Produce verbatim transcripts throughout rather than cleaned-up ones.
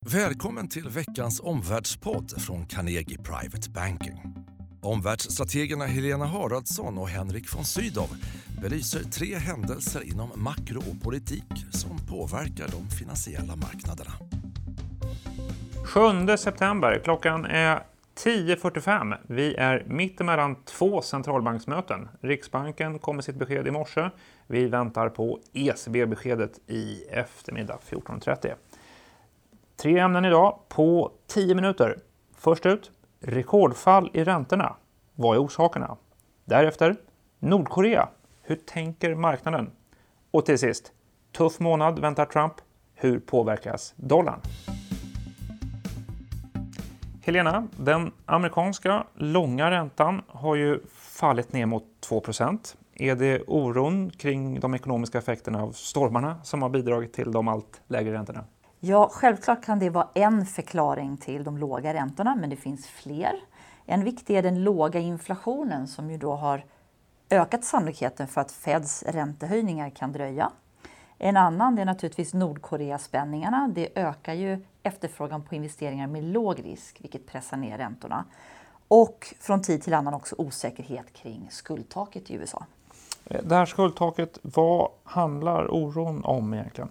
Välkommen till veckans omvärldspodd från Carnegie Private Banking. Omvärldsstrategerna Helena Haraldsson och Henrik von Sydow belyser tre händelser inom makro och politik som påverkar de finansiella marknaderna. sjunde september, klockan är tio fyrtiofem. Vi är mitt emellan två centralbanksmöten. Riksbanken kom med sitt besked i morse. Vi väntar på E C B-beskedet i eftermiddag fjorton trettio. Tre ämnen idag på tio minuter. Först ut, rekordfall i räntorna. Vad är orsakerna? Därefter, Nordkorea. Hur tänker marknaden? Och till sist, tuff månad väntar Trump. Hur påverkas dollarn? Helena, den amerikanska långa räntan har ju fallit ner mot två procent. Är det oron kring de ekonomiska effekterna av stormarna som har bidragit till de allt lägre räntorna? Ja, självklart kan det vara en förklaring till de låga räntorna, men det finns fler. En viktig är den låga inflationen som ju då har ökat sannolikheten för att Feds räntehöjningar kan dröja. En annan är naturligtvis Nordkorea-spänningarna. Det ökar ju efterfrågan på investeringar med låg risk, vilket pressar ner räntorna. Och från tid till annan också osäkerhet kring skuldtaket i U S A. Det här skuldtaket, vad handlar oron om egentligen?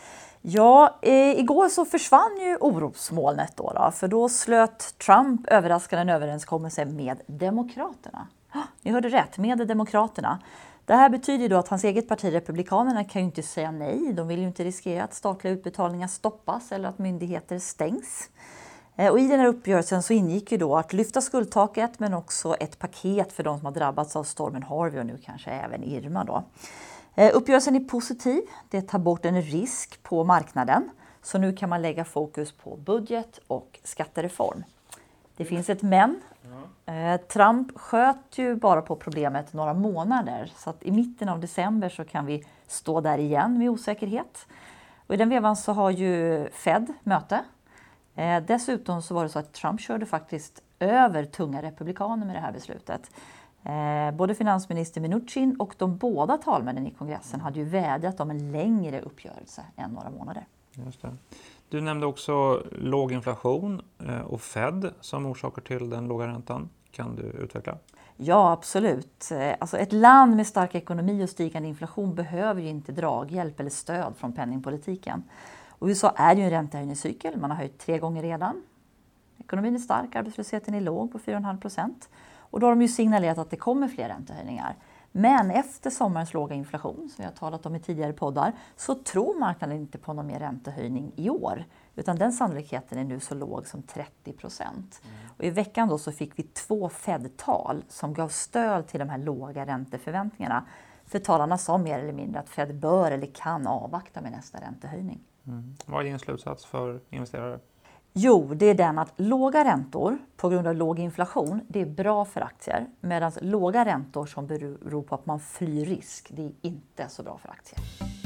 Ja, eh, igår så försvann ju orosmolnet då, då, för då slöt Trump överraskande en överenskommelse med Demokraterna. Ah, ni hörde rätt, med Demokraterna. Det här betyder då att hans eget parti, Republikanerna, kan ju inte säga nej. De vill ju inte riskera att statliga utbetalningar stoppas eller att myndigheter stängs. Eh, och i den här uppgörelsen så ingick ju då att lyfta skuldtaket, men också ett paket för de som har drabbats av stormen Harvey och nu kanske även Irma då. Uppgörelsen är positiv, det tar bort en risk på marknaden, så nu kan man lägga fokus på budget och skattereform. Det finns ett men. Ja. Trump sköt ju bara på problemet några månader, så att i mitten av december så kan vi stå där igen med osäkerhet. Och i den vevan så har ju Fed möte. Dessutom så var det så att Trump körde faktiskt över tunga republikaner med det här beslutet. Eh, både finansminister Mnuchin och de båda talmännen i kongressen hade ju vädjat om en längre uppgörelse än några månader. Just det. Du nämnde också låg inflation och Fed som orsaker till den låga räntan. Kan du utveckla? Ja, absolut. Alltså ett land med stark ekonomi och stigande inflation behöver ju inte draghjälp eller stöd från penningpolitiken. Och U S A är ju en räntehöjningscykel. Man har höjt tre gånger redan. Ekonomin är stark, arbetslösheten är låg på fyra komma fem procent. Och då har de ju signalerat att det kommer fler räntehöjningar. Men efter sommarens låga inflation, som vi har talat om i tidigare poddar, så tror marknaden inte på någon mer räntehöjning i år. Utan den sannolikheten är nu så låg som trettio procent. Mm. Och i veckan då så fick vi två Fed-tal som gav stöd till de här låga ränteförväntningarna. För talarna sa mer eller mindre att Fed bör eller kan avvakta med nästa räntehöjning. Mm. Vad är din slutsats för investerare? Jo, det är den att låga räntor på grund av låg inflation, det är bra för aktier. Medan låga räntor som beror på att man flyr risk, det är inte så bra för aktier.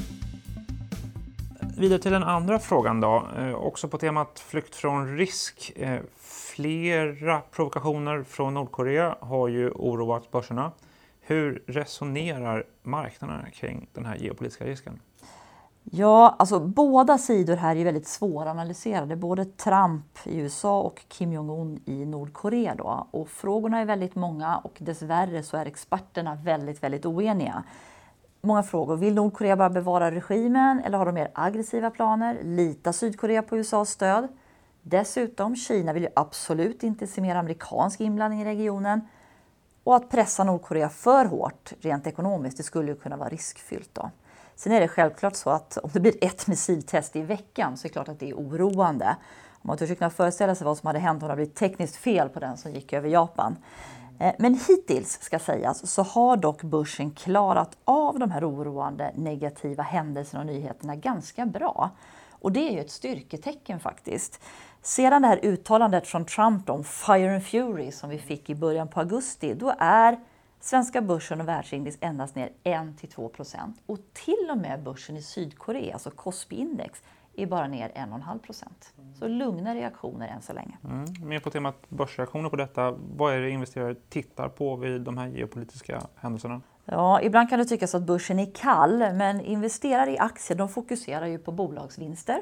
Vidare till den andra frågan då, eh, också på temat flykt från risk. Eh, flera provokationer från Nordkorea har ju oroat börserna. Hur resonerar marknaderna kring den här geopolitiska risken? Ja, alltså båda sidor här är väldigt svåranalyserade. Både Trump i U S A och Kim Jong-un i Nordkorea då. Och frågorna är väldigt många och dessvärre så är experterna väldigt, väldigt oeniga. Många frågor. Vill Nordkorea bara bevara regimen eller har de mer aggressiva planer? Litar Sydkorea på U S A:s stöd? Dessutom, Kina vill ju absolut inte se mer amerikansk inblandning i regionen. Och att pressa Nordkorea för hårt rent ekonomiskt, det skulle ju kunna vara riskfyllt då. Sen är det självklart så att om det blir ett missiltest i veckan så är det klart att det är oroande. Om man försöker föreställa sig vad som hade hänt om det hade blivit tekniskt fel på den som gick över Japan. Men hittills ska sägas så har dock börsen klarat av de här oroande negativa händelserna och nyheterna ganska bra. Och det är ju ett styrketecken faktiskt. Sedan det här uttalandet från Trump om Fire and Fury som vi fick i början på augusti, då är svenska börsen och världsindex endast ner ett till två procent. Och till och med börsen i Sydkorea, alltså Kospi-index, är bara ner en komma fem procent. Så lugna reaktioner än så länge. Mm. Mer på temat börsreaktioner på detta. Vad är det investerare tittar på vid de här geopolitiska händelserna? Ja, ibland kan det tyckas att börsen är kall, men investerare i aktier de fokuserar ju på bolagsvinster.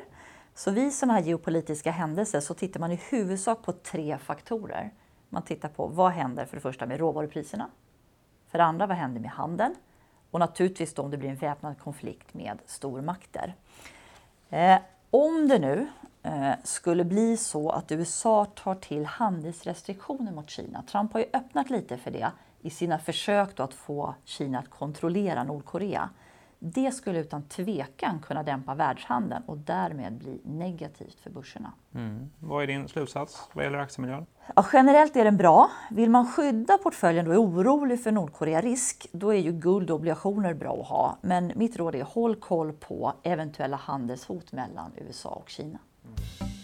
Så vid sådana här geopolitiska händelser så tittar man i huvudsak på tre faktorer. Man tittar på vad händer för det första med råvarupriserna, för det andra vad händer med handeln och naturligtvis då om det blir en väpnad konflikt med stormakter. Eh, om det nu eh, skulle bli så att U S A tar till handelsrestriktioner mot Kina, Trump har ju öppnat lite för det i sina försök då att få Kina att kontrollera Nordkorea. Det skulle utan tvekan kunna dämpa världshandeln och därmed bli negativt för börserna. Mm. Vad är din slutsats vad gäller aktiemiljön? Ja, generellt är den bra. Vill man skydda portföljen och är orolig för Nordkorea-risk, då är ju guld och obligationer bra att ha. Men mitt råd är håll koll på eventuella handelshot mellan U S A och Kina. Mm.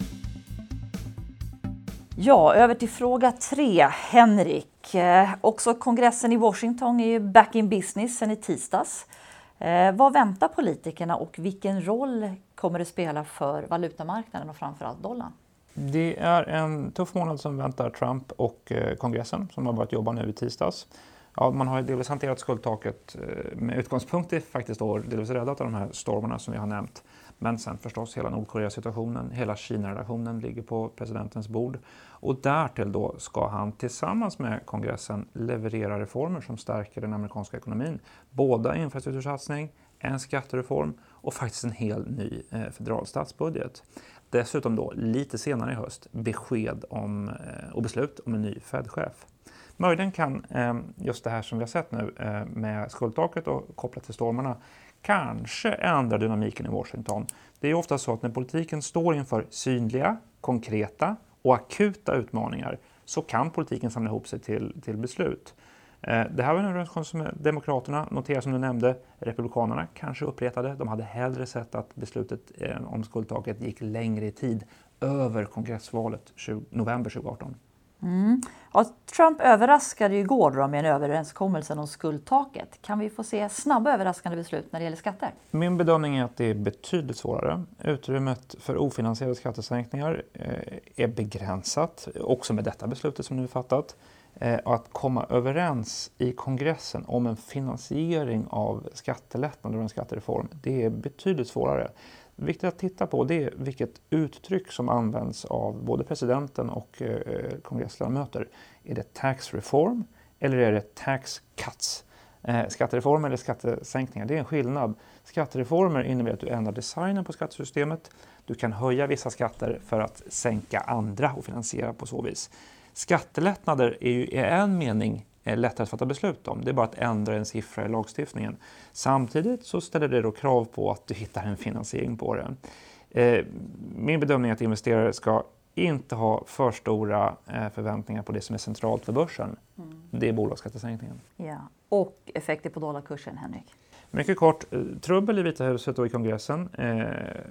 Ja, över till fråga tre. Henrik. Eh, också kongressen i Washington är ju back in business sen i tisdags. Eh, vad väntar politikerna och vilken roll kommer det spela för valutamarknaden och framförallt dollarn? Det är en tuff månad som väntar Trump och eh, kongressen som har börjat jobba nu i tisdags. Ja, man har delvis hanterat skuldtaket eh, med utgångspunkt i faktiskt då delvis räddat av de här stormarna som vi har nämnt. Men sen förstås hela Nordkorea-situationen, hela Kina-relationen ligger på presidentens bord. Och därtill då ska han tillsammans med kongressen leverera reformer som stärker den amerikanska ekonomin. Både infrastruktursatsning, en skattereform och faktiskt en hel ny eh, federal statsbudget. Dessutom då lite senare i höst besked om, eh, och beslut om en ny Fed-chef. Möjligen kan eh, just det här som vi har sett nu eh, med skuldtaket och kopplat till stormarna kanske ändra dynamiken i Washington. Det är ofta så att när politiken står inför synliga, konkreta och akuta utmaningar så kan politiken samla ihop sig till, till beslut. Eh, det här var en överenskommelse med Demokraterna, notera som du nämnde, Republikanerna kanske uppretade. De hade hellre sett att beslutet eh, om skuldtaket gick längre i tid över kongressvalet tjugo, november tjugoarton. Mm. Ja, Trump överraskade ju igår då med en överenskommelse om skuldtaket. Kan vi få se snabba överraskande beslut när det gäller skatter? Min bedömning är att det är betydligt svårare. Utrymmet för ofinansierade skattesänkningar eh, är begränsat, också med detta beslutet som nu är fattat. Eh, och att komma överens i kongressen om en finansiering av skattelättnader och en skattereform, det är betydligt svårare. Viktigt att titta på det är vilket uttryck som används av både presidenten och eh, kongressledamöter. Är det tax reform eller är det tax cuts? Eh, skattereform eller skattesänkningar, det är en skillnad. Skattereformer innebär att du ändrar designen på skattesystemet. Du kan höja vissa skatter för att sänka andra och finansiera på så vis. Skattelättnader är ju i en mening lättare att fatta beslut om. Det är bara att ändra en siffra i lagstiftningen. Samtidigt så ställer det då krav på att du hittar en finansiering på det. Eh, min bedömning är att investerare ska inte ha för stora eh, förväntningar på det som är centralt för börsen. Mm. Det är bolagsskattesänkningen. Ja. Och effekter på dollarkursen, Henrik? Mycket kort, trubbel i Vita huset och i kongressen. Eh,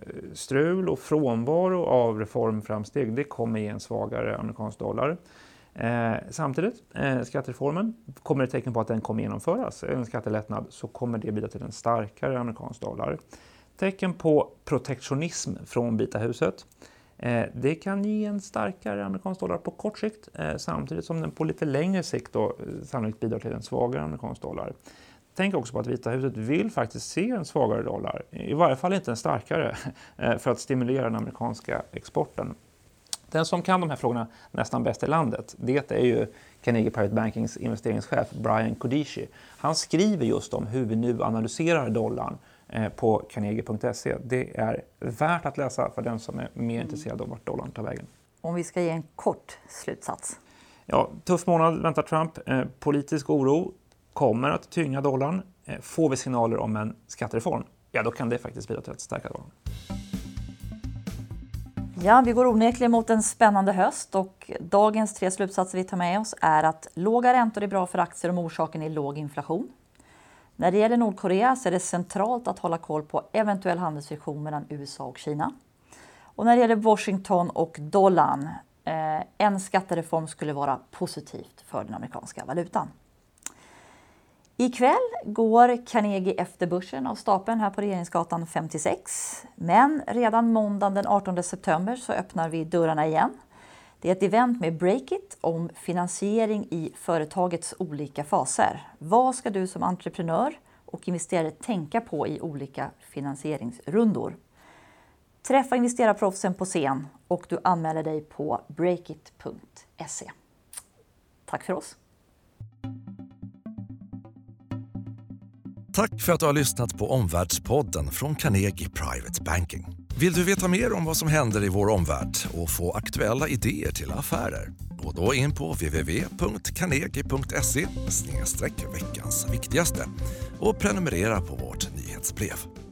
strul och frånvaro av reformframsteg, det kommer ge en svagare amerikansk dollar. Eh, samtidigt, eh, skattereformen, kommer det tecken på att den kommer genomföras, en skattelättnad, så kommer det bidra till en starkare amerikansk dollar. Tecken på protektionism från Vita huset, eh, det kan ge en starkare amerikansk dollar på kort sikt, eh, samtidigt som den på lite längre sikt då, eh, sannolikt bidrar till en svagare amerikansk dollar. Tänk också på att Vita huset vill faktiskt se en svagare dollar, i varje fall inte en starkare, eh, för att stimulera den amerikanska exporten. Den som kan de här frågorna nästan bäst i landet, det är ju Carnegie Private Bankings investeringschef Brian Kodishi. Han skriver just om hur vi nu analyserar dollarn på carnegie punkt se. Det är värt att läsa för den som är mer intresserad av vart dollarn tar vägen. Om vi ska ge en kort slutsats. Ja, tuff månad väntar Trump. Eh, politisk oro kommer att tynga dollarn. Eh, får vi signaler om en skattereform, ja då kan det faktiskt bidra till att stärka dollarn. Ja, vi går onekligen mot en spännande höst och dagens tre slutsatser vi tar med oss är att låga räntor är bra för aktier om orsaken är låg inflation. När det gäller Nordkorea så är det centralt att hålla koll på eventuell handelsfriktion mellan U S A och Kina. Och när det gäller Washington och dollarn, eh, en skattereform skulle vara positivt för den amerikanska valutan. Ikväll går Carnegie efter börsen av stapeln här på Regeringsgatan femtiosex. Men redan måndagen den artonde september så öppnar vi dörrarna igen. Det är ett event med Breakit om finansiering i företagets olika faser. Vad ska du som entreprenör och investerare tänka på i olika finansieringsrundor? Träffa investerarproffsen på scen och du anmäler dig på breakit punkt se. Tack för oss! Tack för att du har lyssnat på Omvärldspodden från Carnegie Private Banking. Vill du veta mer om vad som händer i vår omvärld och få aktuella idéer till affärer? Gå då in på w w w punkt carnegie punkt se slash veckans viktigaste och prenumerera på vårt nyhetsbrev.